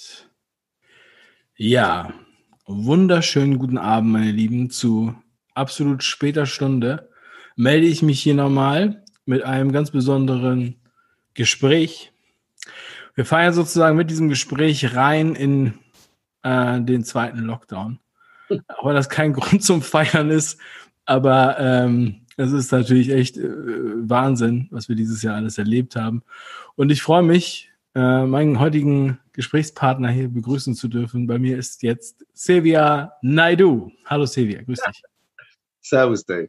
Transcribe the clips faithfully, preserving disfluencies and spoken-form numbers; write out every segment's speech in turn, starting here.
Ja, wunderschönen guten Abend, meine Lieben. Zu absolut später Stunde melde ich mich hier nochmal mit einem ganz besonderen Gespräch. Wir feiern sozusagen mit diesem Gespräch rein in äh, den zweiten Lockdown. Auch wenn das kein Grund zum Feiern ist, aber ähm, es ist natürlich echt äh, Wahnsinn, was wir dieses Jahr alles erlebt haben. Und ich freue mich, äh, meinen heutigen Gesprächspartner hier begrüßen zu dürfen. Bei mir ist jetzt Xavier Naidoo. Hallo Xavier, grüß dich. Servus, Dave.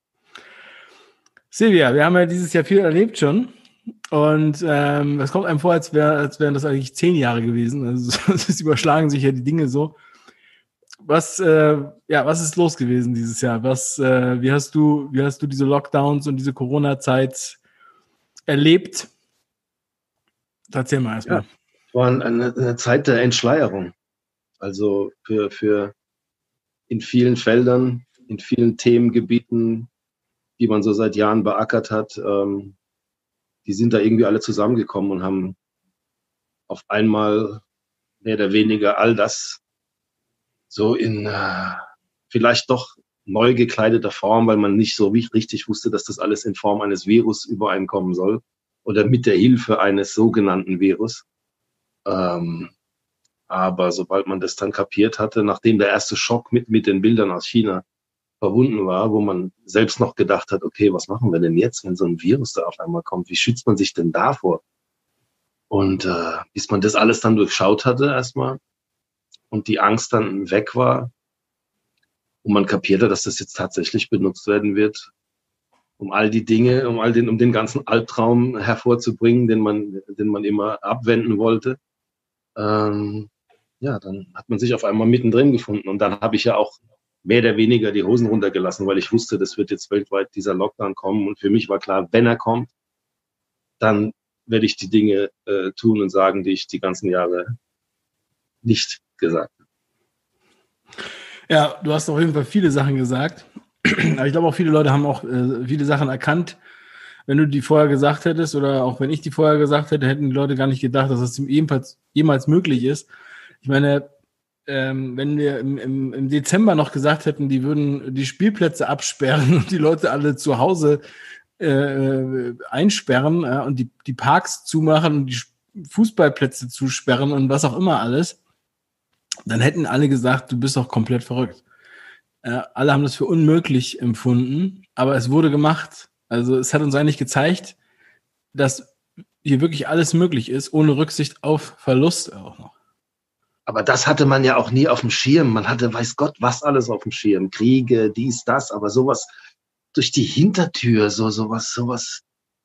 Xavier, wir haben ja dieses Jahr viel erlebt schon. Und ähm, es kommt einem vor, als, wär, als wären das eigentlich zehn Jahre gewesen. Also es überschlagen sich ja die Dinge so. Was, äh, ja, was ist los gewesen dieses Jahr? Was, äh, wie hast du, wie hast du diese Lockdowns und diese Corona-Zeit erlebt? Erzähl mal erstmal. Ja, es war eine, eine Zeit der Entschleierung. Also für, für in vielen Feldern, in vielen Themengebieten, die man so seit Jahren beackert hat, ähm, die sind da irgendwie alle zusammengekommen und haben auf einmal mehr oder weniger all das so in äh, vielleicht doch neu gekleideter Form, weil man nicht so richtig wusste, dass das alles in Form eines Virus übereinkommen soll oder mit der Hilfe eines sogenannten Virus. Ähm, aber sobald man das dann kapiert hatte, nachdem der erste Schock mit, mit den Bildern aus China verbunden war, wo man selbst noch gedacht hat, okay, was machen wir denn jetzt, wenn so ein Virus da auf einmal kommt? Wie schützt man sich denn davor? Und äh, bis man das alles dann durchschaut hatte erstmal und die Angst dann weg war und man kapierte, dass das jetzt tatsächlich benutzt werden wird, um all die Dinge, um all den, um den ganzen Albtraum hervorzubringen, den man, den man immer abwenden wollte. Ähm, ja, dann hat man sich auf einmal mittendrin gefunden. Und dann habe ich ja auch mehr oder weniger die Hosen runtergelassen, weil ich wusste, das wird jetzt weltweit dieser Lockdown kommen. Und für mich war klar, wenn er kommt, dann werde ich die Dinge äh, tun und sagen, die ich die ganzen Jahre nicht gesagt habe. Ja, du hast auf jeden Fall viele Sachen gesagt. Aber ich glaube auch viele Leute haben auch äh, viele Sachen erkannt. Wenn du die vorher gesagt hättest oder auch wenn ich die vorher gesagt hätte, hätten die Leute gar nicht gedacht, dass das ebenfalls jemals möglich ist. Ich meine, ähm, wenn wir im, im, im Dezember noch gesagt hätten, die würden die Spielplätze absperren und die Leute alle zu Hause äh, einsperren äh, und die, die Parks zumachen und die Fußballplätze zusperren und was auch immer alles, dann hätten alle gesagt, du bist doch komplett verrückt. Äh, alle haben das für unmöglich empfunden, aber es wurde gemacht. Also es hat uns eigentlich gezeigt, dass hier wirklich alles möglich ist, ohne Rücksicht auf Verlust auch noch. Aber das hatte man ja auch nie auf dem Schirm. Man hatte, weiß Gott, was alles auf dem Schirm. Kriege, dies, das, aber sowas durch die Hintertür, so sowas, sowas.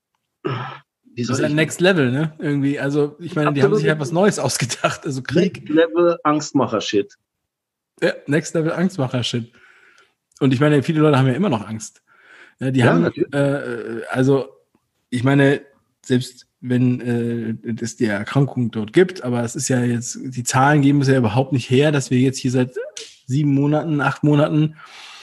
Wie soll das ist ein Next Level, ne? Irgendwie, also ich meine, die haben sich halt was Neues ausgedacht. Also Krieg. Next Level Angstmacher-Shit. Ja, Next Level Angstmacher-Shit. Und ich meine, viele Leute haben ja immer noch Angst. Ja, die ja, haben, äh, also ich meine, selbst wenn äh, es die Erkrankung dort gibt, aber es ist ja jetzt, die Zahlen geben es ja überhaupt nicht her, dass wir jetzt hier seit sieben Monaten, acht Monaten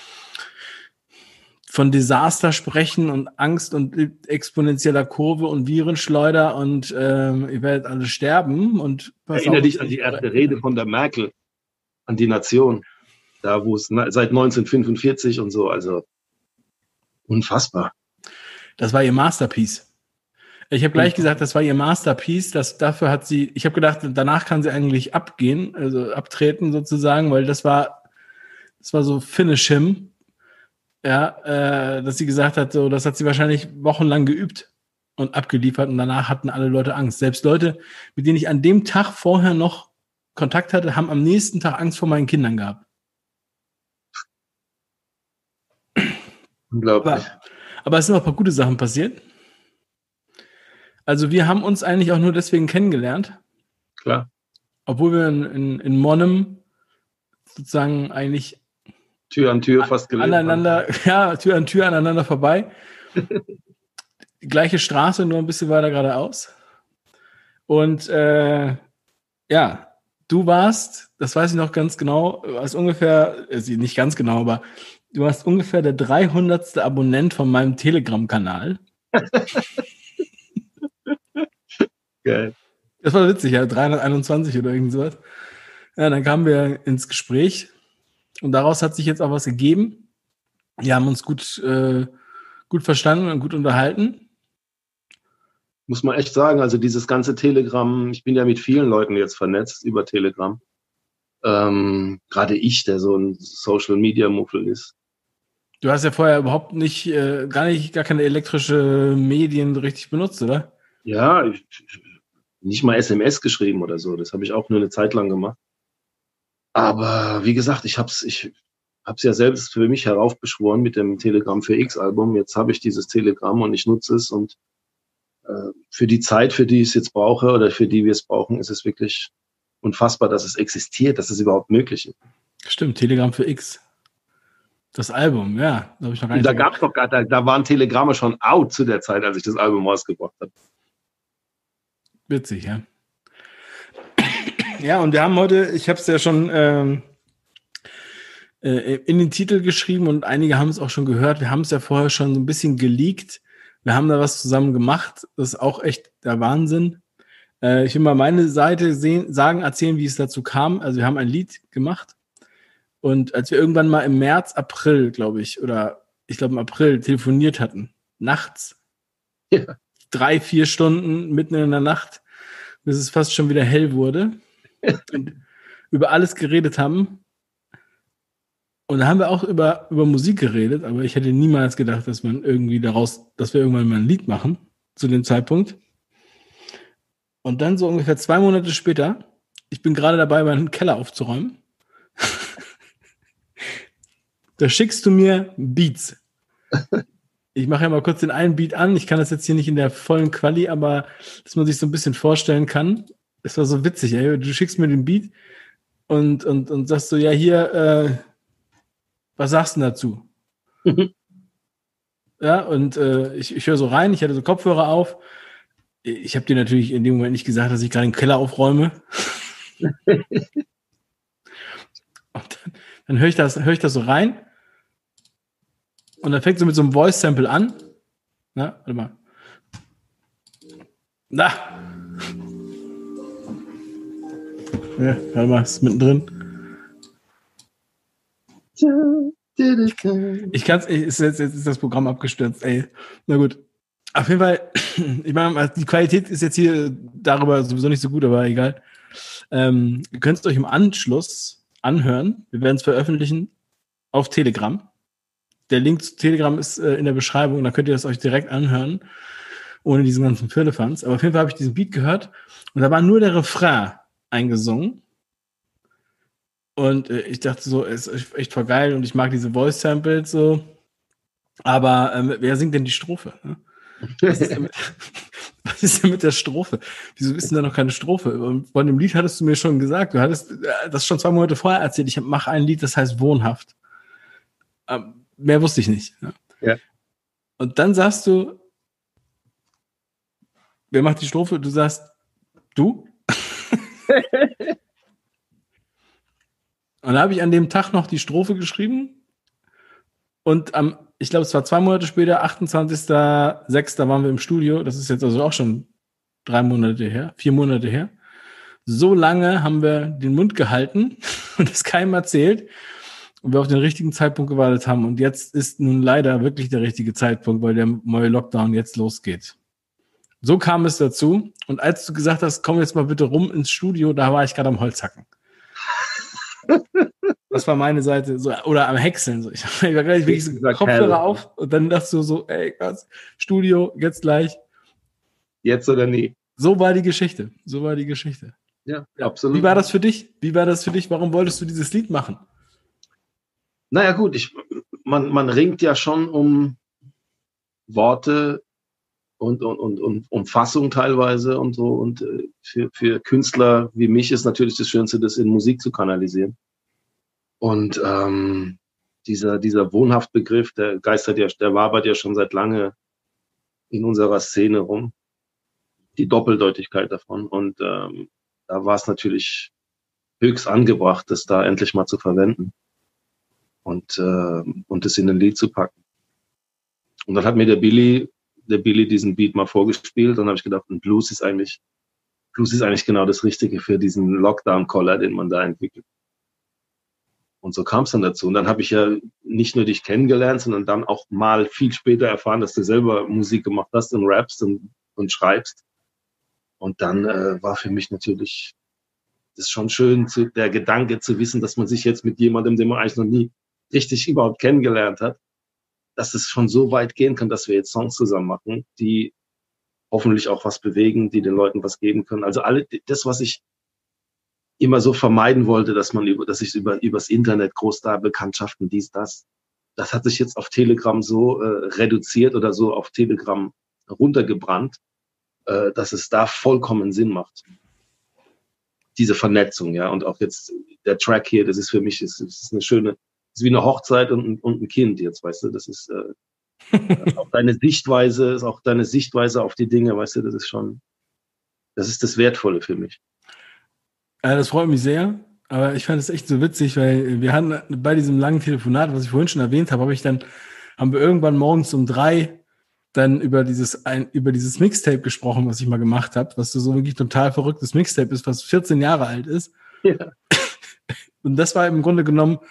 von Desaster sprechen und Angst und exponentieller Kurve und Virenschleuder und ähm, ihr werdet alle sterben. Und erinnere dich an die erste Rede von der Merkel an die Nation, da wo es seit neunzehnhundertfünfundvierzig und so, also unfassbar. Das war ihr Masterpiece. Ich habe gleich gesagt, das war ihr Masterpiece. Das, dafür hat sie, ich habe gedacht, danach kann sie eigentlich abgehen, also abtreten sozusagen, weil das war, das war so Finish him. Ja, äh, dass sie gesagt hat, so, das hat sie wahrscheinlich wochenlang geübt und abgeliefert und danach hatten alle Leute Angst. Selbst Leute, mit denen ich an dem Tag vorher noch Kontakt hatte, haben am nächsten Tag Angst vor meinen Kindern gehabt. Unglaublich. Aber, aber es sind noch ein paar gute Sachen passiert. Also wir haben uns eigentlich auch nur deswegen kennengelernt. Klar. Obwohl wir in, in, in Monnem sozusagen eigentlich Tür an Tür fast gelebt aneinander, haben. Ja, Tür an Tür aneinander vorbei. Die gleiche Straße, nur ein bisschen weiter geradeaus. Und äh, ja, du warst, das weiß ich noch ganz genau, warst ungefähr, also nicht ganz genau, aber du warst ungefähr der dreihundertste Abonnent von meinem Telegram-Kanal. Geil. Das war witzig, ja, dreihunderteinundzwanzig oder irgend sowas. Ja, dann kamen wir ins Gespräch und daraus hat sich jetzt auch was gegeben. Wir haben uns gut, äh, gut verstanden und gut unterhalten. Muss man echt sagen, also dieses ganze Telegram, ich bin ja mit vielen Leuten jetzt vernetzt über Telegram. Ähm, gerade ich, der so ein Social-Media-Muffel ist. Du hast ja vorher überhaupt nicht, äh, gar nicht, gar keine elektrische Medien richtig benutzt, oder? Ja, ich, nicht mal S M S geschrieben oder so. Das habe ich auch nur eine Zeit lang gemacht. Aber wie gesagt, ich habe es ich hab's ja selbst für mich heraufbeschworen mit dem Telegram für X-Album. Jetzt habe ich dieses Telegram und ich nutze es. Und äh, für die Zeit, für die ich es jetzt brauche oder für die wir es brauchen, ist es wirklich unfassbar, dass es existiert, dass es überhaupt möglich ist. Stimmt, Telegram für X. Das Album, ja. Da, hab ich noch gar nicht da gab es doch gar, da, da waren Telegramme schon out zu der Zeit, als ich das Album rausgebracht habe. Witzig, ja. Ja, und wir haben heute, ich habe es ja schon ähm, äh, in den Titel geschrieben und einige haben es auch schon gehört. Wir haben es ja vorher schon so ein bisschen geleakt. Wir haben da was zusammen gemacht. Das ist auch echt der Wahnsinn. Äh, ich will mal meine Seite sehen, sagen, erzählen, wie es dazu kam. Also wir haben ein Lied gemacht. Und als wir irgendwann mal im März, April, glaube ich, oder ich glaube im April telefoniert hatten, nachts, ja. drei, vier Stunden mitten in der Nacht, bis es fast schon wieder hell wurde, und über alles geredet haben. Und da haben wir auch über, über Musik geredet, aber ich hätte niemals gedacht, dass man irgendwie daraus, dass wir irgendwann mal ein Lied machen, zu dem Zeitpunkt. Und dann so ungefähr zwei Monate später, ich bin gerade dabei, meinen Keller aufzuräumen, da schickst du mir Beats. Ich mache ja mal kurz den einen Beat an. Ich kann das jetzt hier nicht in der vollen Quali, aber dass man sich so ein bisschen vorstellen kann. Das war so witzig, ey. Du schickst mir den Beat und, und, und sagst so, ja, hier, äh, was sagst du denn dazu? Mhm. Ja, und äh, ich, ich höre so rein, ich hatte so Kopfhörer auf. Ich habe dir natürlich in dem Moment nicht gesagt, dass ich gerade den Keller aufräume. Und dann, dann höre ich das, höre ich das so rein. Und dann fängt so mit so einem Voice-Sample an. Na, warte mal. Na. Ja, warte mal, ist mittendrin. Ich kann's, ist jetzt, jetzt ist das Programm abgestürzt, ey. Na gut. Auf jeden Fall, ich meine, die Qualität ist jetzt hier darüber sowieso nicht so gut, aber egal. Ähm, ihr könnt es euch im Anschluss anhören. Wir werden es veröffentlichen auf Telegram. Der Link zu Telegram ist äh, in der Beschreibung, da könnt ihr das euch direkt anhören, ohne diesen ganzen Firlefanz. Aber auf jeden Fall habe ich diesen Beat gehört und da war nur der Refrain eingesungen. Und äh, ich dachte so, es ist echt voll geil und ich mag diese Voice-Samples so. Aber ähm, wer singt denn die Strophe? Ne? Was ist denn mit, was ist denn mit der Strophe? Wieso ist denn da noch keine Strophe? Und von dem Lied hattest du mir schon gesagt, du hattest äh, das schon zwei Monate vorher erzählt, ich mache ein Lied, das heißt Wohnhaft. Ähm, Mehr wusste ich nicht. Ja. Ja. Und dann sagst du, wer macht die Strophe? Du sagst, du? Und da habe ich an dem Tag noch die Strophe geschrieben. Und am, ich glaube, es war zwei Monate später, achtundzwanzigster sechster waren wir im Studio. Das ist jetzt also auch schon drei Monate her, vier Monate her. So lange haben wir den Mund gehalten und es keinem erzählt. Und wir auf den richtigen Zeitpunkt gewartet haben. Und jetzt ist nun leider wirklich der richtige Zeitpunkt, weil der neue Lockdown jetzt losgeht. So kam es dazu. Und als du gesagt hast, komm jetzt mal bitte rum ins Studio, da war ich gerade am Holzhacken. Das war meine Seite. So, oder am Häckseln. So. Ich war gleich wirklich so Kopfhörer auf und dann dachtest du so, ey, was, Studio, jetzt gleich. Jetzt oder nie. So war die Geschichte. So war die Geschichte. Ja, ja, absolut. Wie war das für dich? Wie war das für dich? Warum wolltest du dieses Lied machen? Naja gut, ich, man, man ringt ja schon um Worte und, und, und, und um Fassung teilweise und so. Und äh, für, für Künstler wie mich ist natürlich das Schönste, das in Musik zu kanalisieren. Und ähm, dieser, dieser Wohnhaftbegriff, der geistert ja, der wabert ja schon seit lange in unserer Szene rum. Die Doppeldeutigkeit davon. Und ähm, da war es natürlich höchst angebracht, das da endlich mal zu verwenden. Und, äh, und das in ein Lied zu packen. Und dann hat mir der Billy, der Billy diesen Beat mal vorgespielt und dann habe ich gedacht, ein Blues ist eigentlich Blues ist eigentlich genau das Richtige für diesen Lockdown-Collar, den man da entwickelt. Und so kam es dann dazu. Und dann habe ich ja nicht nur dich kennengelernt, sondern dann auch mal viel später erfahren, dass du selber Musik gemacht hast und rappst und, und schreibst. Und dann äh, war für mich natürlich das ist schon schön, zu, der Gedanke zu wissen, dass man sich jetzt mit jemandem, den man eigentlich noch nie richtig überhaupt kennengelernt hat, dass es schon so weit gehen kann, dass wir jetzt Songs zusammen machen, die hoffentlich auch was bewegen, die den Leuten was geben können. Also alle das, was ich immer so vermeiden wollte, dass man über, dass ich über übers Internet groß da Bekanntschaften dies das, das hat sich jetzt auf Telegram so äh, reduziert oder so auf Telegram runtergebrannt, äh, dass es da vollkommen Sinn macht. Diese Vernetzung, ja, und auch jetzt der Track hier, das ist für mich, das ist eine schöne, das ist wie eine Hochzeit und, und ein Kind jetzt, weißt du, das ist äh, auch deine Sichtweise, ist auch deine Sichtweise auf die Dinge, weißt du, das ist schon, das ist das Wertvolle für mich. Ja, das freut mich sehr, aber ich fand es echt so witzig, weil wir hatten bei diesem langen Telefonat, was ich vorhin schon erwähnt habe, habe ich dann, haben wir irgendwann morgens um drei dann über dieses ein, über dieses Mixtape gesprochen, was ich mal gemacht habe, was so wirklich total verrücktes Mixtape ist, was vierzehn Jahre alt ist. Ja. Und das war im Grunde genommen,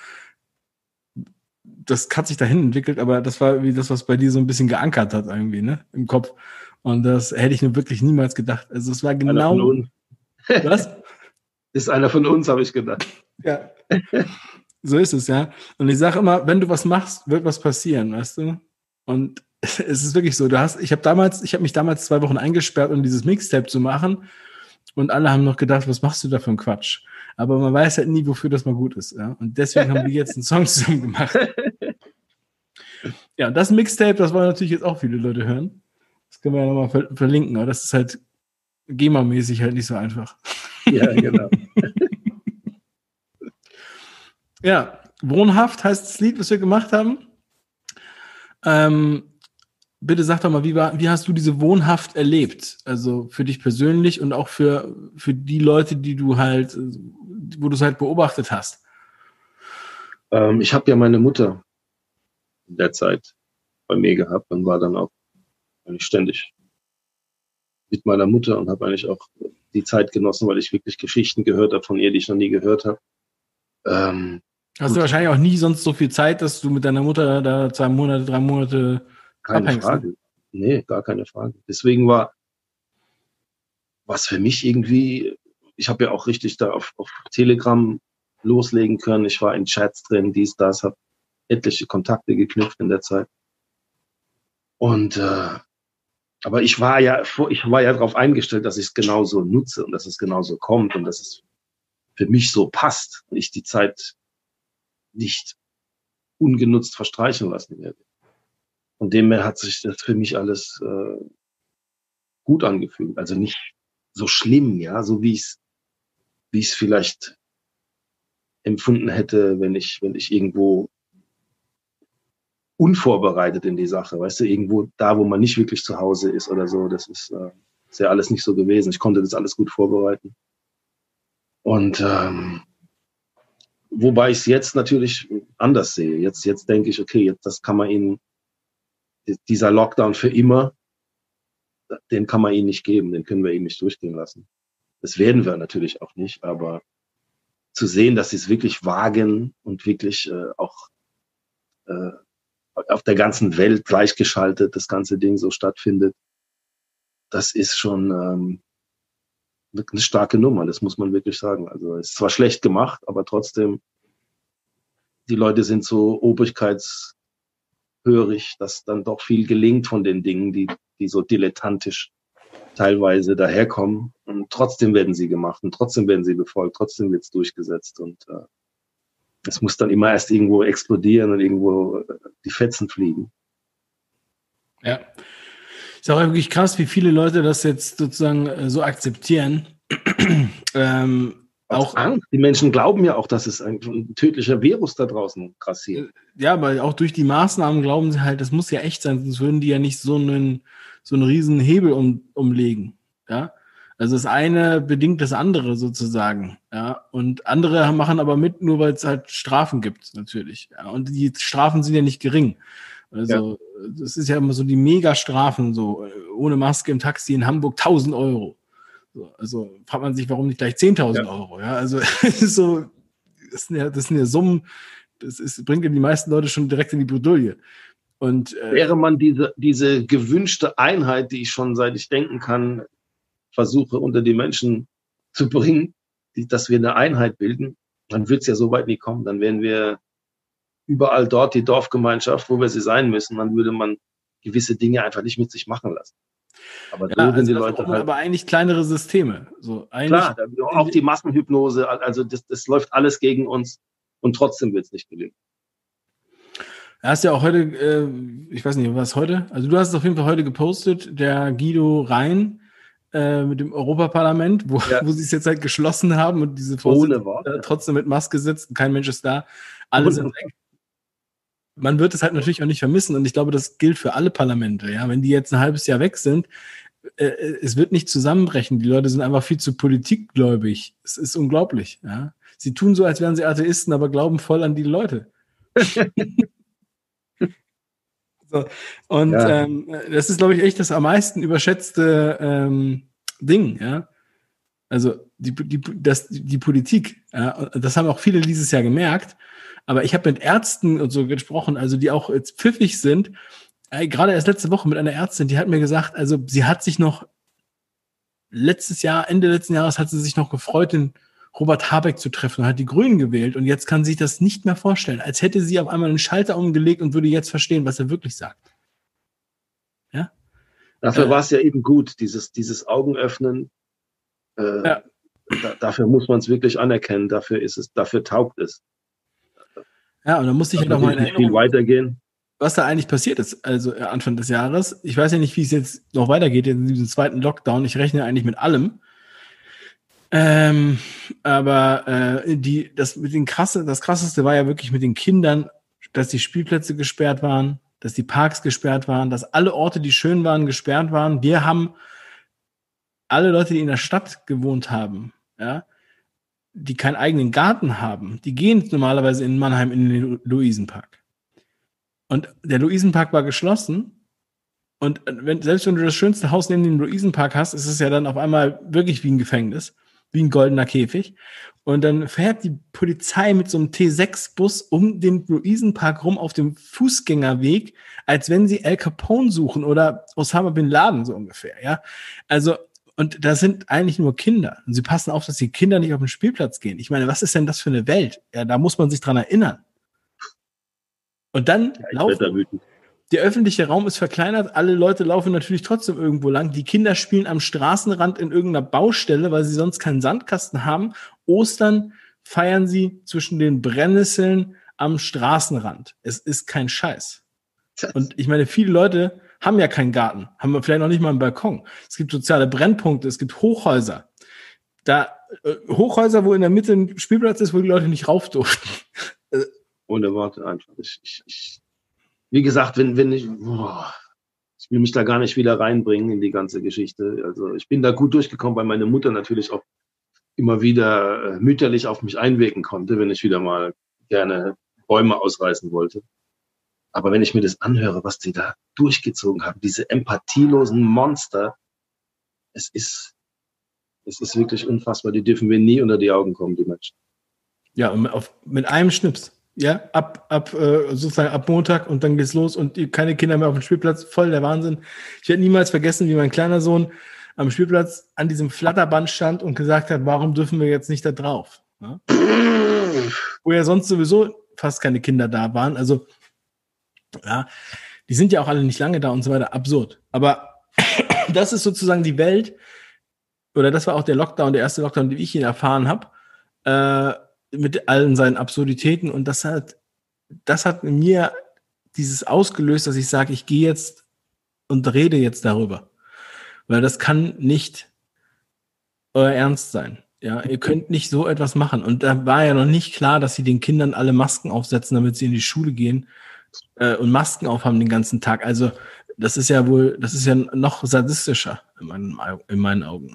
das hat sich dahin entwickelt, aber das war wie das, was bei dir so ein bisschen geankert hat irgendwie, ne, im Kopf. Und das hätte ich mir wirklich niemals gedacht. Also es war genau. Einer von uns. Was? Ist einer von uns, habe ich gedacht. Ja. So ist es, ja. Und ich sage immer, wenn du was machst, wird was passieren, weißt du? Und es ist wirklich so, du hast, ich habe damals, ich habe mich damals zwei Wochen eingesperrt, um dieses Mixtape zu machen, und alle haben noch gedacht, was machst du da für einen Quatsch? Aber man weiß halt nie, wofür das mal gut ist, ja. Und deswegen haben wir jetzt einen Song zusammen gemacht. Ja, und das Mixtape, das wollen natürlich jetzt auch viele Leute hören. Das können wir ja nochmal ver- verlinken, aber das ist halt G E M A-mäßig halt nicht so einfach. Ja, genau. Ja, Wohnhaft heißt das Lied, was wir gemacht haben. Ähm, Bitte sag doch mal, wie, war, wie hast du diese Wohnhaft erlebt? Also für dich persönlich und auch für, für die Leute, die du halt, wo du es halt beobachtet hast. Ähm, ich habe ja meine Mutter in der Zeit bei mir gehabt und war dann auch eigentlich ständig mit meiner Mutter und habe eigentlich auch die Zeit genossen, weil ich wirklich Geschichten gehört habe von ihr, die ich noch nie gehört habe. Ähm, hast du wahrscheinlich auch nie sonst so viel Zeit, dass du mit deiner Mutter da zwei Monate, drei Monate Keine abhängst, Frage. Ne? Nee, gar keine Frage. Deswegen war was für mich irgendwie, ich habe ja auch richtig da auf, auf Telegram loslegen können. Ich war in Chats drin, dies, das, habe etliche Kontakte geknüpft in der Zeit. Und äh, aber ich war ja, ich war ja darauf eingestellt, dass ich es genauso nutze und dass es genauso kommt und dass es für mich so passt und ich die Zeit nicht ungenutzt verstreichen lassen werde. Von dem her hat sich das für mich alles äh, gut angefühlt. Also nicht so schlimm, ja, so wie ich es wie ich es vielleicht empfunden hätte, wenn ich, wenn ich irgendwo unvorbereitet in die Sache, weißt du, irgendwo da, wo man nicht wirklich zu Hause ist oder so. Das ist, äh, ist ja alles nicht so gewesen. Ich konnte das alles gut vorbereiten. Und ähm, wobei ich es jetzt natürlich anders sehe. Jetzt, jetzt denke ich, okay, jetzt das kann man ihnen, dieser Lockdown für immer, den kann man ihnen nicht geben, den können wir ihnen nicht durchgehen lassen. Das werden wir natürlich auch nicht, aber zu sehen, dass sie es wirklich wagen und wirklich äh, auch äh, auf der ganzen Welt gleichgeschaltet das ganze Ding so stattfindet, das ist schon ähm, eine starke Nummer, das muss man wirklich sagen. Also es ist zwar schlecht gemacht, aber trotzdem, die Leute sind so obrigkeitshörig, dass dann doch viel gelingt von den Dingen, die, die so dilettantisch teilweise daherkommen. Und trotzdem werden sie gemacht und trotzdem werden sie befolgt, trotzdem wird es durchgesetzt. Und äh, es muss dann immer erst irgendwo explodieren und irgendwo äh, die Fetzen fliegen. Ja. Ist auch wirklich krass, wie viele Leute das jetzt sozusagen äh, so akzeptieren. ähm, auch Angst. Die Menschen glauben ja auch, dass es ein, ein tödlicher Virus da draußen grassiert. Ja, aber auch durch die Maßnahmen glauben sie halt, das muss ja echt sein, sonst würden die ja nicht so einen, so einen riesen Hebel um, umlegen. Ja, also das eine bedingt das andere sozusagen. Ja, und andere machen aber mit, nur weil es halt Strafen gibt, natürlich. Ja, und die Strafen sind ja nicht gering. Also ja. Das ist ja immer so die Megastrafen, so ohne Maske im Taxi in Hamburg tausend Euro. So, also fragt man sich, warum nicht gleich zehntausend ja. Euro. Ja, also es ist so, das sind ja, das sind ja Summen, das ist, bringt ja die meisten Leute schon direkt in die Bredouille. Und, äh, wäre man diese, diese gewünschte Einheit, die ich schon seit ich denken kann, versuche unter die Menschen zu bringen, die, dass wir eine Einheit bilden, dann wird es ja so weit nie kommen. Dann wären wir überall dort die Dorfgemeinschaft, wo wir sie sein müssen. Dann würde man gewisse Dinge einfach nicht mit sich machen lassen. Aber ja, so also sind die das Leute halt. Aber eigentlich kleinere Systeme. So, eigentlich klar, auch die Massenhypnose, also das, das läuft alles gegen uns und trotzdem wird es nicht gelingen. Er hast ja auch heute, äh, ich weiß nicht, was heute? Also du hast es auf jeden Fall heute gepostet, der Guido Rhein äh, mit dem Europaparlament, wo, ja. wo sie es jetzt halt geschlossen haben und diese Vorsitzende äh, trotzdem mit Maske sitzt und kein Mensch ist da. Alle Ohne sind weg. Man wird es halt natürlich auch nicht vermissen und ich glaube, das gilt für alle Parlamente. Ja, wenn die jetzt ein halbes Jahr weg sind, äh, es wird nicht zusammenbrechen. Die Leute sind einfach viel zu politikgläubig. Es ist unglaublich. Ja, sie tun so, als wären sie Atheisten, aber glauben voll an die Leute. So. Und ja. ähm, das ist, glaube ich, echt das am meisten überschätzte ähm, Ding, ja. Also die, die, das, die Politik, ja, das haben auch viele dieses Jahr gemerkt. Aber ich habe mit Ärzten und so gesprochen, also die auch jetzt pfiffig sind. Äh, gerade erst letzte Woche mit einer Ärztin, die hat mir gesagt, also sie hat sich noch letztes Jahr, Ende letzten Jahres hat sie sich noch gefreut, den Robert Habeck zu treffen und hat die Grünen gewählt und jetzt kann sie sich das nicht mehr vorstellen, als hätte sie auf einmal einen Schalter umgelegt und würde jetzt verstehen, was er wirklich sagt. Ja? Dafür äh, war es ja eben gut, dieses, dieses Augenöffnen. Äh, ja. da, dafür muss man es wirklich anerkennen, dafür ist es, dafür taugt es. Ja, und dann musste ich halt noch mal in Erinnerung, viel weitergehen. Was da eigentlich passiert ist, also Anfang des Jahres. Ich weiß ja nicht, wie es jetzt noch weitergeht in diesem zweiten Lockdown. Ich rechne eigentlich mit allem. Ähm, aber äh, die, das mit den krasse, das krasseste war ja wirklich mit den Kindern, dass die Spielplätze gesperrt waren, dass die Parks gesperrt waren, dass alle Orte, die schön waren, gesperrt waren. Wir haben alle Leute, die in der Stadt gewohnt haben, ja, die keinen eigenen Garten haben, die gehen normalerweise in Mannheim in den Luisenpark. Und der Luisenpark war geschlossen. Und wenn, selbst wenn du das schönste Haus neben dem Luisenpark hast, ist es ja dann auf einmal wirklich wie ein Gefängnis. Wie ein goldener Käfig. Und dann fährt die Polizei mit so einem T sechs Bus um den Luisenpark rum auf dem Fußgängerweg, als wenn sie Al Capone suchen oder Osama Bin Laden so ungefähr, ja. Also, und da sind eigentlich nur Kinder. Und sie passen auf, dass die Kinder nicht auf den Spielplatz gehen. Ich meine, was ist denn das für eine Welt? Ja, da muss man sich dran erinnern. Und dann ja, laufen... Der öffentliche Raum ist verkleinert, alle Leute laufen natürlich trotzdem irgendwo lang. Die Kinder spielen am Straßenrand in irgendeiner Baustelle, weil sie sonst keinen Sandkasten haben. Ostern feiern sie zwischen den Brennnesseln am Straßenrand. Es ist kein Scheiß. Und ich meine, viele Leute haben ja keinen Garten, haben vielleicht noch nicht mal einen Balkon. Es gibt soziale Brennpunkte, es gibt Hochhäuser. Da äh, Hochhäuser, wo in der Mitte ein Spielplatz ist, wo die Leute nicht rauf durften. Ohne Worte einfach. Ich, ich, ich Wie gesagt, wenn, wenn ich, boah, ich will mich da gar nicht wieder reinbringen in die ganze Geschichte. Also ich bin da gut durchgekommen, weil meine Mutter natürlich auch immer wieder äh, mütterlich auf mich einwirken konnte, wenn ich wieder mal gerne Bäume ausreißen wollte. Aber wenn ich mir das anhöre, was die da durchgezogen haben, diese empathielosen Monster, es ist, es ist wirklich unfassbar. Die dürfen mir nie unter die Augen kommen, die Menschen. Ja, und auf, mit einem Schnips. Ja, ab, ab, äh, sozusagen ab Montag und dann geht's los und die, keine Kinder mehr auf dem Spielplatz, voll der Wahnsinn. Ich werde niemals vergessen, wie mein kleiner Sohn am Spielplatz an diesem Flatterband stand und gesagt hat, warum dürfen wir jetzt nicht da drauf? Ja? Wo ja sonst sowieso fast keine Kinder da waren. Also, ja, die sind ja auch alle nicht lange da und so weiter. Absurd. Aber das ist sozusagen die Welt, oder das war auch der Lockdown, der erste Lockdown, den ich ihn erfahren habe, äh, mit allen seinen Absurditäten und das hat, das hat in mir dieses ausgelöst, dass ich sage, ich gehe jetzt und rede jetzt darüber, weil das kann nicht euer Ernst sein. Ja, ihr könnt nicht so etwas machen und da war ja noch nicht klar, dass sie den Kindern alle Masken aufsetzen, damit sie in die Schule gehen äh, und Masken aufhaben den ganzen Tag. Also das ist ja wohl, das ist ja noch sadistischer in meinen, in meinen Augen.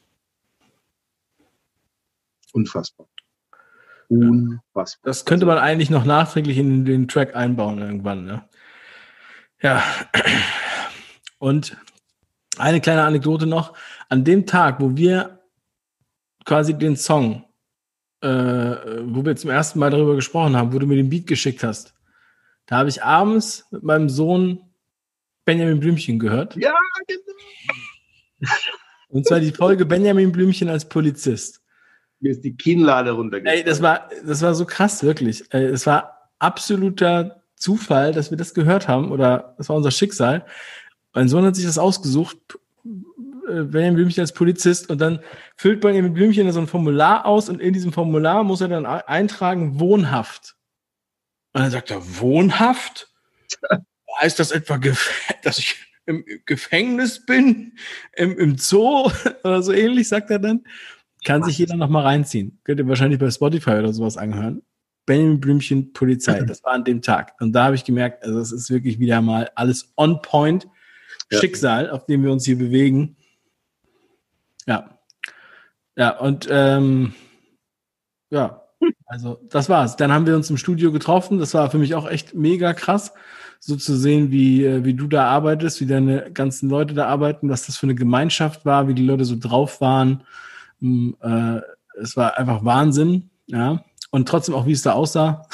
Unfassbar. Unfassbar. Das könnte man eigentlich noch nachträglich in den Track einbauen irgendwann. Ne? Ja. Und Eine kleine Anekdote noch. An dem Tag, wo wir quasi den Song, äh, wo wir zum ersten Mal darüber gesprochen haben, wo du mir den Beat geschickt hast, da habe ich abends mit meinem Sohn Benjamin Blümchen gehört. Ja, genau. Und zwar die Folge Benjamin Blümchen als Polizist. Mir ist die Kinnlade runtergefallen. Ey, das war, das war so krass, wirklich. Es war absoluter Zufall, dass wir das gehört haben, oder das war unser Schicksal. Mein Sohn hat sich das ausgesucht, Benjamin Blümchen als Polizist, und dann füllt Benjamin Blümchen so ein Formular aus, und in diesem Formular muss er dann eintragen, wohnhaft. Und dann sagt er, wohnhaft? Heißt das etwa, dass ich im Gefängnis bin? Im, im Zoo? Oder so ähnlich, sagt er dann. Kann sich jeder noch mal reinziehen. Könnt ihr wahrscheinlich bei Spotify oder sowas anhören. Benjamin Blümchen, Polizei. Das war an dem Tag. Und da habe ich gemerkt, also es ist wirklich wieder mal alles on point. Ja. Schicksal, auf dem wir uns hier bewegen. Ja. Ja, und ähm, ja, also das war's. Dann haben wir uns im Studio getroffen. Das war für mich auch echt mega krass, so zu sehen, wie, wie du da arbeitest, wie deine ganzen Leute da arbeiten, was das für eine Gemeinschaft war, wie die Leute so drauf waren. Äh, es war einfach Wahnsinn, ja. Und trotzdem auch, wie es da aussah.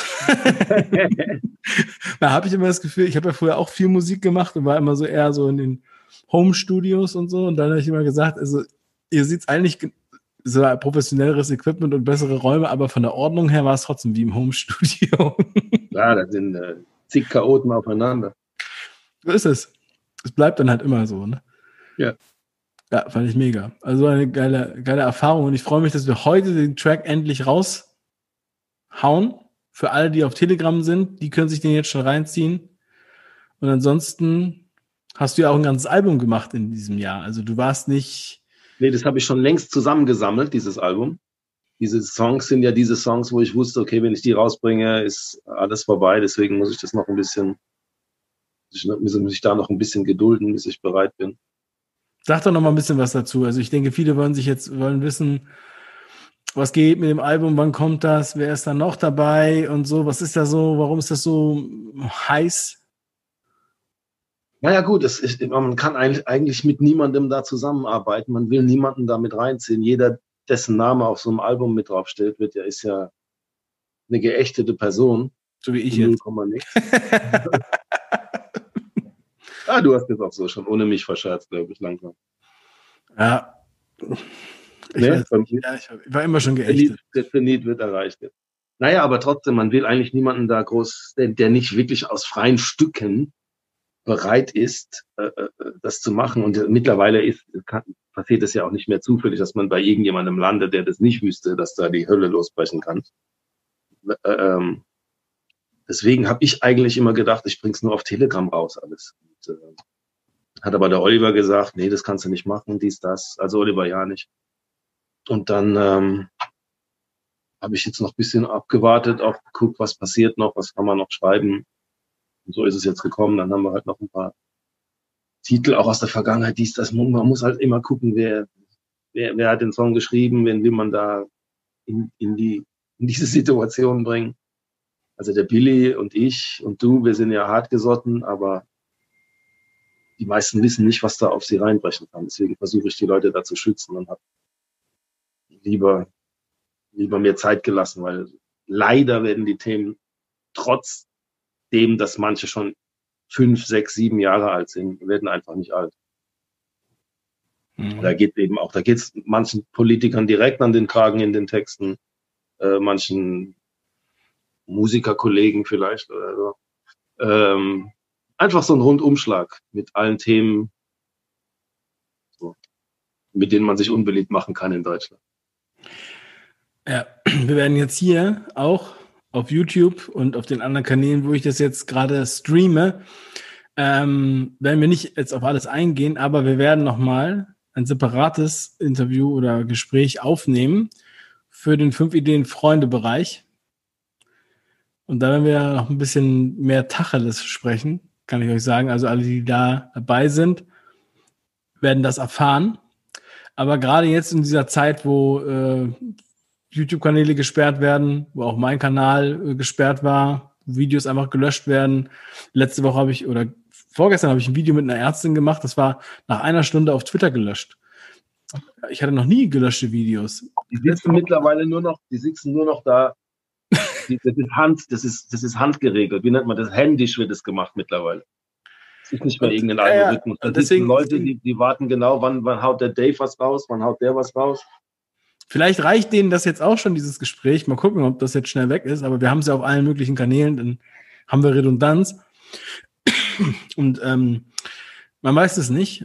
Da habe ich immer das Gefühl, ich habe ja früher auch viel Musik gemacht und war immer so eher so in den Home-Studios und so. Und dann habe ich immer gesagt, also ihr seht eigentlich so professionelleres Equipment und bessere Räume, aber von der Ordnung her war es trotzdem wie im Home-Studio. Ja, da sind äh, zig Chaoten aufeinander. So ist es. Es bleibt dann halt immer so, ne? Ja. Ja, fand ich mega. Also eine geile, geile Erfahrung, und ich freue mich, dass wir heute den Track endlich raushauen. Für alle, die auf Telegram sind, die können sich den jetzt schon reinziehen. Und ansonsten hast du ja auch ein ganzes Album gemacht in diesem Jahr. Also du warst nicht... Nee, das habe ich schon längst zusammengesammelt, dieses Album. Diese Songs sind ja diese Songs, wo ich wusste, okay, wenn ich die rausbringe, ist alles vorbei. Deswegen muss ich das noch ein bisschen, ich muss mich da noch ein bisschen gedulden, bis ich bereit bin. Sag doch noch mal ein bisschen was dazu. Also ich denke, viele wollen sich jetzt, wollen wissen, was geht mit dem Album, wann kommt das, wer ist da noch dabei und so, was ist da so, warum ist das so heiß? Naja gut, es ist, man kann eigentlich mit niemandem da zusammenarbeiten, man will niemanden da mit reinziehen. Jeder, dessen Name auf so einem Album mit draufsteht, wird ja, ist ja eine geächtete Person. So wie ich jetzt. Ah, du hast jetzt auch so schon ohne mich verscherzt, glaube ich, langsam. Ja. Ich, nee, weiß, ja, ich war immer schon geächtet. Der Zenit wird erreicht. Naja, aber trotzdem, man will eigentlich niemanden da groß, der, der nicht wirklich aus freien Stücken bereit ist, äh, das zu machen. Und mittlerweile ist, kann, passiert es ja auch nicht mehr zufällig, dass man bei irgendjemandem landet, der das nicht wüsste, dass da die Hölle losbrechen kann. Äh, ähm, deswegen habe ich eigentlich immer gedacht, ich bring's nur auf Telegram raus alles. Und, äh, hat aber der Oliver gesagt, nee, das kannst du nicht machen, dies, das. Also Oliver ja nicht. Und dann ähm, habe ich jetzt noch ein bisschen abgewartet, auch geguckt, was passiert noch, was kann man noch schreiben. Und so ist es jetzt gekommen. Dann haben wir halt noch ein paar Titel, auch aus der Vergangenheit, dies, das. Man muss halt immer gucken, wer, wer, wer hat den Song geschrieben, wen will man da in, in, die, in diese Situation bringen. Also der Billy und ich und du, wir sind ja hartgesotten, aber die meisten wissen nicht, was da auf sie reinbrechen kann. Deswegen versuche ich, die Leute da zu schützen und habe lieber, lieber mir Zeit gelassen, weil leider werden die Themen trotzdem, dass manche schon fünf, sechs, sieben Jahre alt sind, werden einfach nicht alt. Mhm. Da geht eben auch, da geht es manchen Politikern direkt an den Kragen in den Texten, äh, manchen Musikerkollegen vielleicht oder so. Ähm, einfach so ein Rundumschlag mit allen Themen, so, mit denen man sich unbeliebt machen kann in Deutschland. Ja, wir werden jetzt hier auch auf YouTube und auf den anderen Kanälen, wo ich das jetzt gerade streame, ähm, werden wir nicht jetzt auf alles eingehen, aber wir werden nochmal ein separates Interview oder Gespräch aufnehmen für den fünf-Ideen-Freunde-Bereich. Und da werden wir noch ein bisschen mehr Tacheles sprechen, kann ich euch sagen. Also alle, die da dabei sind, werden das erfahren. Aber gerade jetzt in dieser Zeit, wo äh, YouTube-Kanäle gesperrt werden, wo auch mein Kanal äh, gesperrt war, Videos einfach gelöscht werden. Letzte Woche habe ich, oder vorgestern habe ich ein Video mit einer Ärztin gemacht, das war nach einer Stunde auf Twitter gelöscht. Ich hatte noch nie gelöschte Videos. Die sitzen mittlerweile nur noch, die sitzen nur noch da. Die, das ist Hand, das ist, das ist handgeregelt. Wie nennt man das? Händisch wird es gemacht mittlerweile. Es ist nicht mehr und, irgendein ja, Algorithmus. Da sitzen Leute, die, die warten genau, wann, wann haut der Dave was raus, wann haut der was raus. Vielleicht reicht denen das jetzt auch schon, dieses Gespräch. Mal gucken, ob das jetzt schnell weg ist. Aber wir haben es ja auf allen möglichen Kanälen, dann haben wir Redundanz. Und ähm, man weiß es nicht.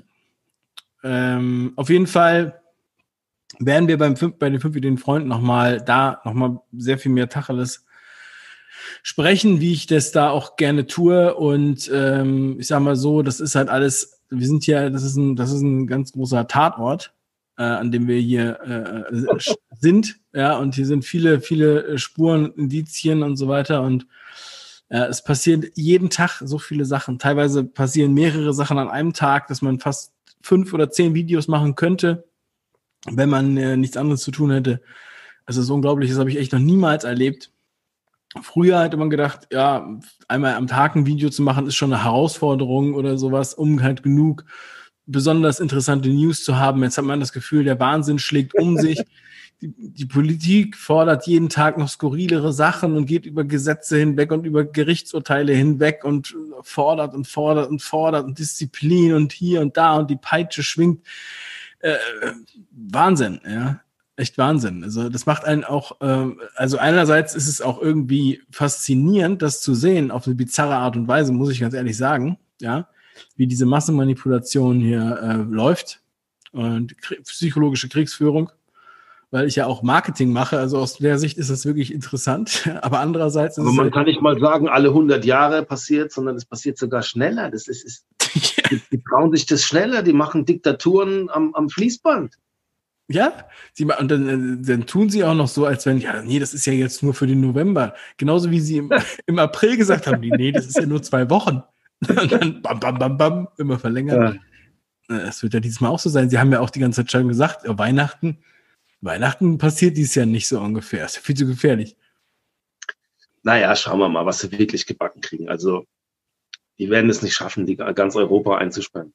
Ähm, auf jeden Fall werden wir beim fünf, bei den fünf Ideen Freunden nochmal da nochmal sehr viel mehr Tacheles sprechen, wie ich das da auch gerne tue. Und ähm, ich sag mal so, das ist halt alles, wir sind hier, das ist ein, das ist ein ganz großer Tatort, äh, an dem wir hier äh, sind. Ja, und hier sind viele, viele Spuren, Indizien und so weiter. Und äh, es passieren jeden Tag so viele Sachen. Teilweise passieren mehrere Sachen an einem Tag, dass man fast fünf oder zehn Videos machen könnte, wenn man äh, nichts anderes zu tun hätte. Also das ist unglaublich, das habe ich echt noch niemals erlebt. Früher hätte man gedacht, ja, einmal am Tag ein Video zu machen, ist schon eine Herausforderung oder sowas, um halt genug besonders interessante News zu haben. Jetzt hat man das Gefühl, der Wahnsinn schlägt um sich. Die, die Politik fordert jeden Tag noch skurrilere Sachen und geht über Gesetze hinweg und über Gerichtsurteile hinweg und fordert und fordert und fordert und Disziplin und hier und da und die Peitsche schwingt. Äh, Wahnsinn, ja. Echt Wahnsinn. Also das macht einen auch, äh, also einerseits ist es auch irgendwie faszinierend, das zu sehen, auf eine bizarre Art und Weise, muss ich ganz ehrlich sagen, ja, wie diese Massenmanipulation hier äh, läuft und k- psychologische Kriegsführung, weil ich ja auch Marketing mache, also aus der Sicht ist das wirklich interessant, aber andererseits ist aber es man halt, kann nicht mal sagen, alle hundert Jahre passiert, sondern es passiert sogar schneller. Das ist, ist die, die trauen sich das schneller, die machen Diktaturen am, am Fließband. ja, sie, und dann, dann tun sie auch noch so, als wenn, ja, nee, das ist ja jetzt nur für den November. Genauso wie sie im, im April gesagt haben, nee, das ist ja nur zwei Wochen. Und dann bam, bam, bam, bam, immer verlängert. Ja. Das wird ja dieses Mal auch so sein. Sie haben ja auch die ganze Zeit schon gesagt, ja, Weihnachten, Weihnachten passiert dieses Jahr nicht so ungefähr. Das ist ja viel zu gefährlich. Naja, schauen wir mal, was sie wirklich gebacken kriegen. Also, die werden es nicht schaffen, die ganz Europa einzusperren.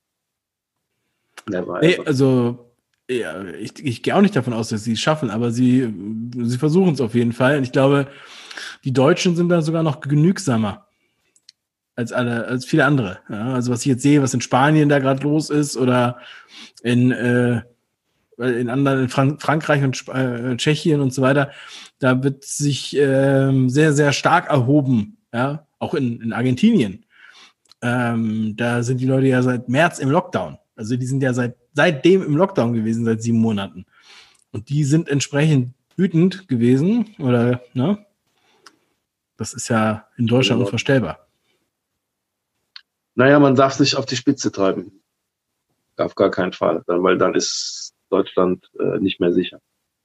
Nee, also, ja, ich, ich gehe auch nicht davon aus, dass sie es schaffen, aber sie, sie versuchen es auf jeden Fall. Und ich glaube, die Deutschen sind da sogar noch genügsamer als alle, als viele andere. Ja, also was ich jetzt sehe, was in Spanien da gerade los ist oder in, äh, in anderen, in Frank- Frankreich und Sp- äh, Tschechien und so weiter, da wird sich ähm, sehr, sehr stark erhoben. Ja, auch in, in Argentinien. Ähm, da sind die Leute ja seit März im Lockdown. Also die sind ja seit seitdem im Lockdown gewesen, seit sieben Monaten. Und die sind entsprechend wütend gewesen, oder, ne? Das ist ja in Deutschland unvorstellbar. Naja, man darf es nicht auf die Spitze treiben. Auf gar keinen Fall, weil dann ist Deutschland äh, nicht mehr sicher.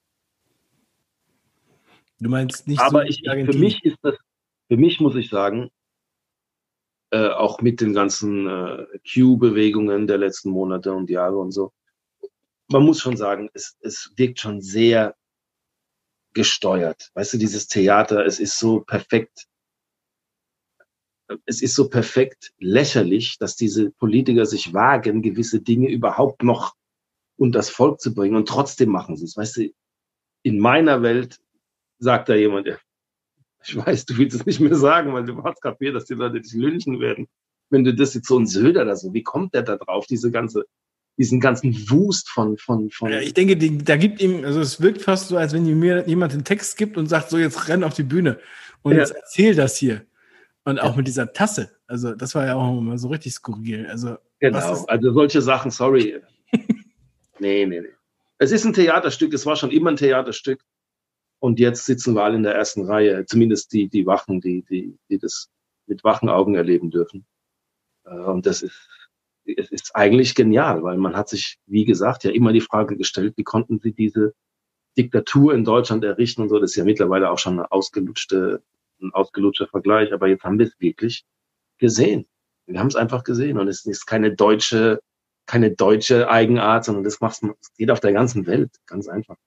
Du meinst nicht Aber so ich, ich, für mich ist das, für mich muss ich sagen, äh, auch mit den ganzen äh, Q-Bewegungen der letzten Monate und Jahre und so, man muss schon sagen, es, es wirkt schon sehr gesteuert. Weißt du, dieses Theater, es ist so perfekt, es ist so perfekt lächerlich, dass diese Politiker sich wagen, gewisse Dinge überhaupt noch unter das Volk zu bringen und trotzdem machen sie es. Weißt du, in meiner Welt sagt da jemand, ja, ich weiß, du willst es nicht mehr sagen, weil du hast kapiert, dass die Leute dich lynchen werden. Wenn du das jetzt so ein Söder oder so, wie kommt der da drauf, diese ganze, diesen ganzen Wust von, von, von. Ja, ich denke, die, da gibt ihm, also es wirkt fast so, als wenn mir jemand den Text gibt und sagt, so jetzt renn auf die Bühne und ja. Jetzt erzähl das hier. Und auch ja. Mit dieser Tasse. Also das war ja auch immer so richtig skurril. Also, genau, also solche Sachen, sorry. nee, nee, nee. Es ist ein Theaterstück, es war schon immer ein Theaterstück. Und jetzt sitzen wir alle in der ersten Reihe, zumindest die, die Wachen, die, die, die das mit wachen Augen erleben dürfen. Und das ist, es ist eigentlich genial, weil man hat sich, wie gesagt, ja immer die Frage gestellt, wie konnten sie diese Diktatur in Deutschland errichten und so. Das ist ja mittlerweile auch schon eine ausgelutschte, ein ausgelutschter Vergleich, aber jetzt haben wir es wirklich gesehen. Wir haben es einfach gesehen und es ist keine deutsche, keine deutsche Eigenart, sondern das macht, das geht auf der ganzen Welt, ganz einfach.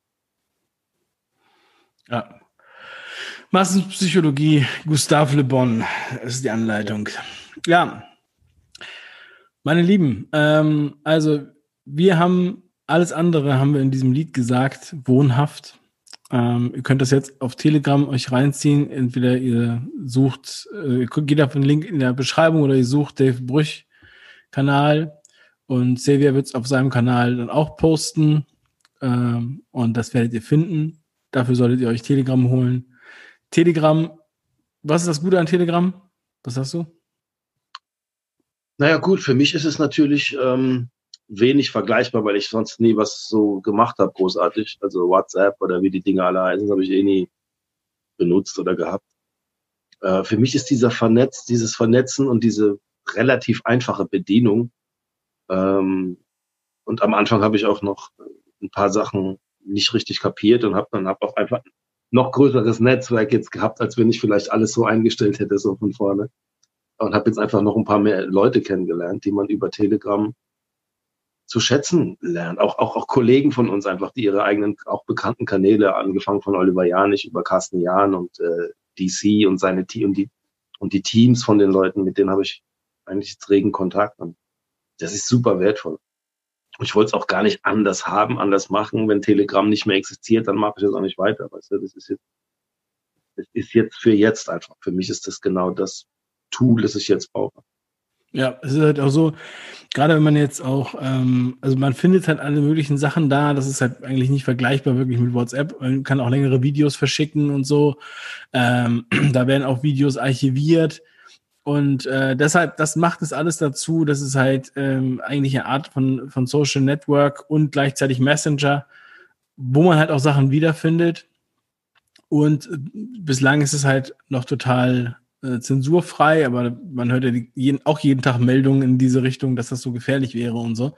Ja. Massenpsychologie, Gustave Le Bon ist die Anleitung. Ja. Meine Lieben, ähm, also wir haben alles andere haben wir in diesem Lied gesagt, wohnhaft. Ähm, ihr könnt das jetzt auf Telegram euch reinziehen. Entweder ihr sucht, äh, ihr geht auf den Link in der Beschreibung oder ihr sucht Dave Brüch Kanal und Xavier wird es auf seinem Kanal dann auch posten. Ähm, und das werdet ihr finden. Dafür solltet ihr euch Telegram holen. Telegram, was ist das Gute an Telegram? Was hast du? Naja, gut, für mich ist es natürlich ähm, wenig vergleichbar, weil ich sonst nie was so gemacht habe, großartig. Also WhatsApp oder wie die Dinge alle heißen, habe ich eh nie benutzt oder gehabt. Äh, für mich ist dieser Vernetz, dieses Vernetzen und diese relativ einfache Bedienung. Ähm, und am Anfang habe ich auch noch ein paar Sachen nicht richtig kapiert und habe dann hab auch einfach noch größeres Netzwerk jetzt gehabt, als wenn ich vielleicht alles so eingestellt hätte, so von vorne. Und habe jetzt einfach noch ein paar mehr Leute kennengelernt, die man über Telegram zu schätzen lernt. Auch, auch, auch Kollegen von uns einfach, die ihre eigenen, auch bekannten Kanäle, angefangen von Oliver Janich über Carsten Jahn und äh, D C und seine Team und die, und die Teams von den Leuten, mit denen habe ich eigentlich jetzt regen Kontakt. Und das ist super wertvoll. Ich wollte es auch gar nicht anders haben, anders machen. Wenn Telegram nicht mehr existiert, dann mache ich das auch nicht weiter. Weißt du, das ist jetzt, das ist jetzt für jetzt einfach. Für mich ist das genau das Tool, das ich jetzt brauche. Ja, es ist halt auch so, gerade wenn man jetzt auch, ähm, also man findet halt alle möglichen Sachen da, das ist halt eigentlich nicht vergleichbar wirklich mit WhatsApp. Man kann auch längere Videos verschicken und so. Ähm, da werden auch Videos archiviert. Und äh, deshalb, das macht es alles dazu, dass es halt ähm, eigentlich eine Art von, von Social Network und gleichzeitig Messenger, wo man halt auch Sachen wiederfindet. Und äh, bislang ist es halt noch total äh, zensurfrei, aber man hört ja die, jeden, auch jeden Tag Meldungen in diese Richtung, dass das so gefährlich wäre und so.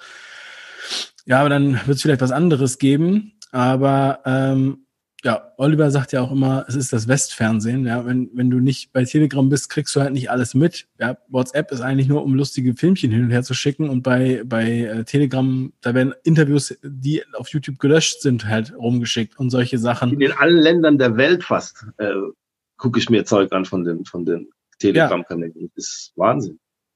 Ja, aber dann wird es vielleicht was anderes geben. Aber ähm, ja, Oliver sagt ja auch immer, es ist das Westfernsehen. Ja, wenn, wenn du nicht bei Telegram bist, kriegst du halt nicht alles mit. Ja, WhatsApp ist eigentlich nur, um lustige Filmchen hin und her zu schicken. Und bei, bei äh, Telegram, da werden Interviews, die auf YouTube gelöscht sind, halt rumgeschickt und solche Sachen. In allen Ländern der Welt fast äh, gucke ich mir Zeug an von den, von den Telegram-Kanälen. Ja. Das ist Wahnsinn.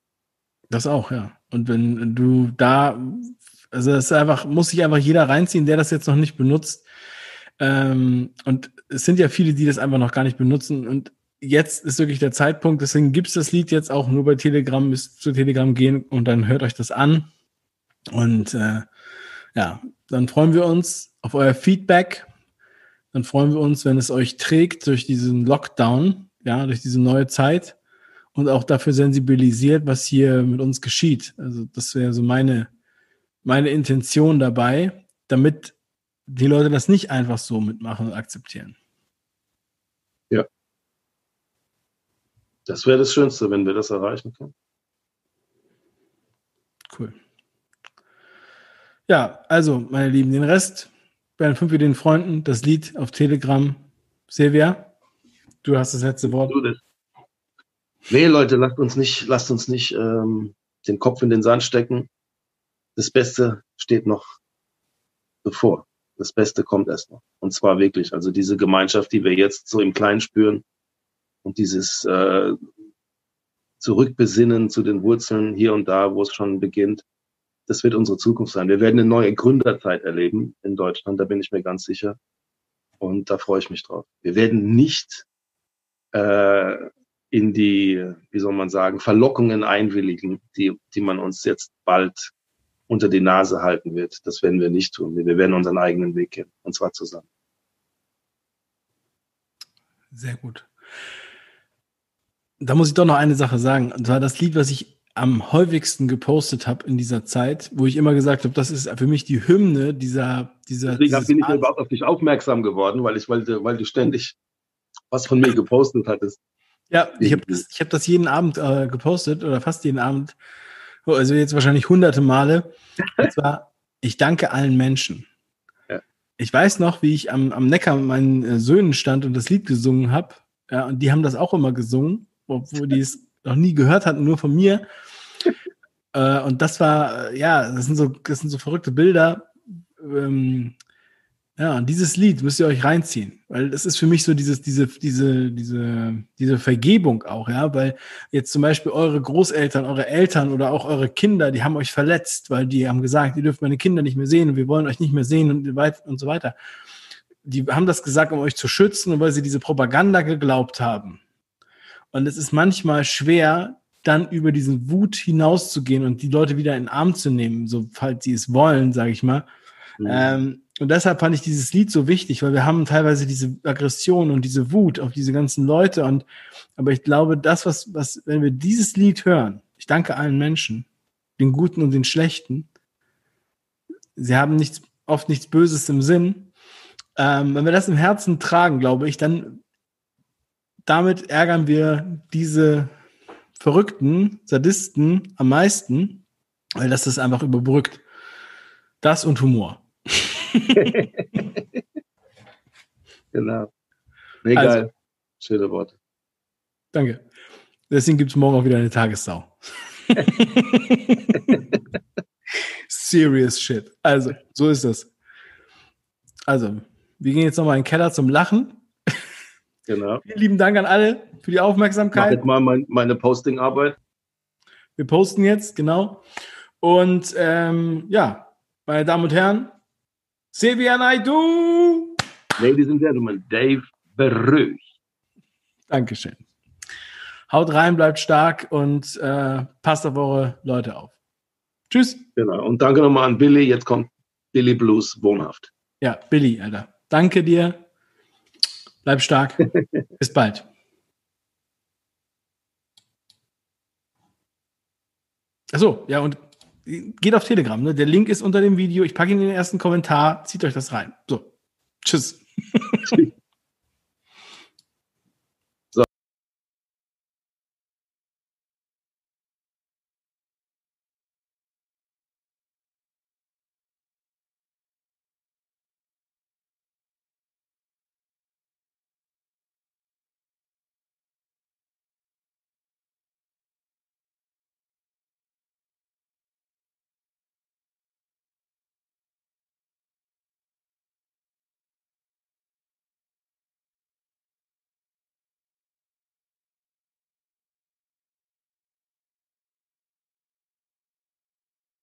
Das auch, ja. Und wenn du da, also das ist einfach, muss sich einfach jeder reinziehen, der das jetzt noch nicht benutzt. Ähm, und es sind ja viele, die das einfach noch gar nicht benutzen. Und jetzt ist wirklich der Zeitpunkt, deswegen gibt es das Lied jetzt auch nur bei Telegram, müsst zu Telegram gehen und dann hört euch das an. Und äh, ja, dann freuen wir uns auf euer Feedback. Dann freuen wir uns, wenn es euch trägt durch diesen Lockdown, ja, durch diese neue Zeit und auch dafür sensibilisiert, was hier mit uns geschieht. Also das wäre so meine, meine Intention dabei, damit die Leute das nicht einfach so mitmachen und akzeptieren. Ja. Das wäre das Schönste, wenn wir das erreichen können. Cool. Ja, also, meine Lieben, den Rest bei den fünf Ideen Freunden, das Lied auf Telegram. Silvia, du hast das letzte Wort. Du das. Nee, Leute, lasst uns nicht, lasst uns nicht ähm, den Kopf in den Sand stecken. Das Beste steht noch bevor. Das Beste kommt erst noch. Und zwar wirklich, also diese Gemeinschaft, die wir jetzt so im Kleinen spüren und dieses äh, Zurückbesinnen zu den Wurzeln hier und da, wo es schon beginnt, das wird unsere Zukunft sein. Wir werden eine neue Gründerzeit erleben in Deutschland, da bin ich mir ganz sicher. Und da freue ich mich drauf. Wir werden nicht äh, in die, wie soll man sagen, Verlockungen einwilligen, die, die man uns jetzt bald unter die Nase halten wird. Das werden wir nicht tun. Wir werden unseren eigenen Weg gehen. Und zwar zusammen. Sehr gut. Da muss ich doch noch eine Sache sagen. Und zwar das Lied, was ich am häufigsten gepostet habe in dieser Zeit, wo ich immer gesagt habe, das ist für mich die Hymne dieser... dieser Deswegen bin ich überhaupt auf dich aufmerksam geworden, weil ich, weil du, weil du ständig was von mir gepostet hattest. Ja, ich habe das, ich hab das jeden Abend äh, gepostet oder fast jeden Abend. Also jetzt wahrscheinlich hunderte Male. Und zwar, ich danke allen Menschen. Ja. Ich weiß noch, wie ich am, am Neckar mit meinen äh, Söhnen stand und das Lied gesungen habe. Ja, und die haben das auch immer gesungen, obwohl die es noch nie gehört hatten, nur von mir. äh, und das war, äh, ja, das sind so, das sind so verrückte Bilder. Ähm, Ja, und dieses Lied müsst ihr euch reinziehen, weil das ist für mich so dieses, diese, diese, diese, diese Vergebung auch, ja, weil jetzt zum Beispiel eure Großeltern, eure Eltern oder auch eure Kinder, die haben euch verletzt, weil die haben gesagt, ihr dürft meine Kinder nicht mehr sehen und wir wollen euch nicht mehr sehen und, und so weiter. Die haben das gesagt, um euch zu schützen und weil sie diese Propaganda geglaubt haben. Und es ist manchmal schwer, dann über diesen Wut hinauszugehen und die Leute wieder in den Arm zu nehmen, so falls sie es wollen, sage ich mal. Mhm. Ähm, und deshalb fand ich dieses Lied so wichtig, weil wir haben teilweise diese Aggression und diese Wut auf diese ganzen Leute. Und aber ich glaube, das, was, was, wenn wir dieses Lied hören, ich danke allen Menschen, den Guten und den Schlechten, sie haben nichts, oft nichts Böses im Sinn. Ähm, wenn wir das im Herzen tragen, glaube ich, dann damit ärgern wir diese verrückten Sadisten am meisten, weil das das einfach überbrückt. Das und Humor. Genau. Nee, also, geil. Schöne Worte. Danke. Deswegen gibt es morgen auch wieder eine Tagessau. Serious shit. Also, so ist das. Also, wir gehen jetzt nochmal in den Keller zum Lachen. Genau. Vielen lieben Dank an alle für die Aufmerksamkeit. Ich mach jetzt mal mein, meine Posting-Arbeit. Wir posten jetzt, genau. Und ähm, ja, meine Damen und Herren, Xavier Naidoo. Ladies and Gentlemen, Dave Berröch. Dankeschön. Haut rein, bleibt stark und äh, passt auf eure Leute auf. Tschüss. Genau. Und danke nochmal an Billy. Jetzt kommt Billy Blues wohnhaft. Ja, Billy, Alter. Danke dir. Bleib stark. Bis bald. Achso, ja, und geht auf Telegram. Ne? Der Link ist unter dem Video. Ich packe ihn in den ersten Kommentar. Zieht euch das rein. So. Tschüss.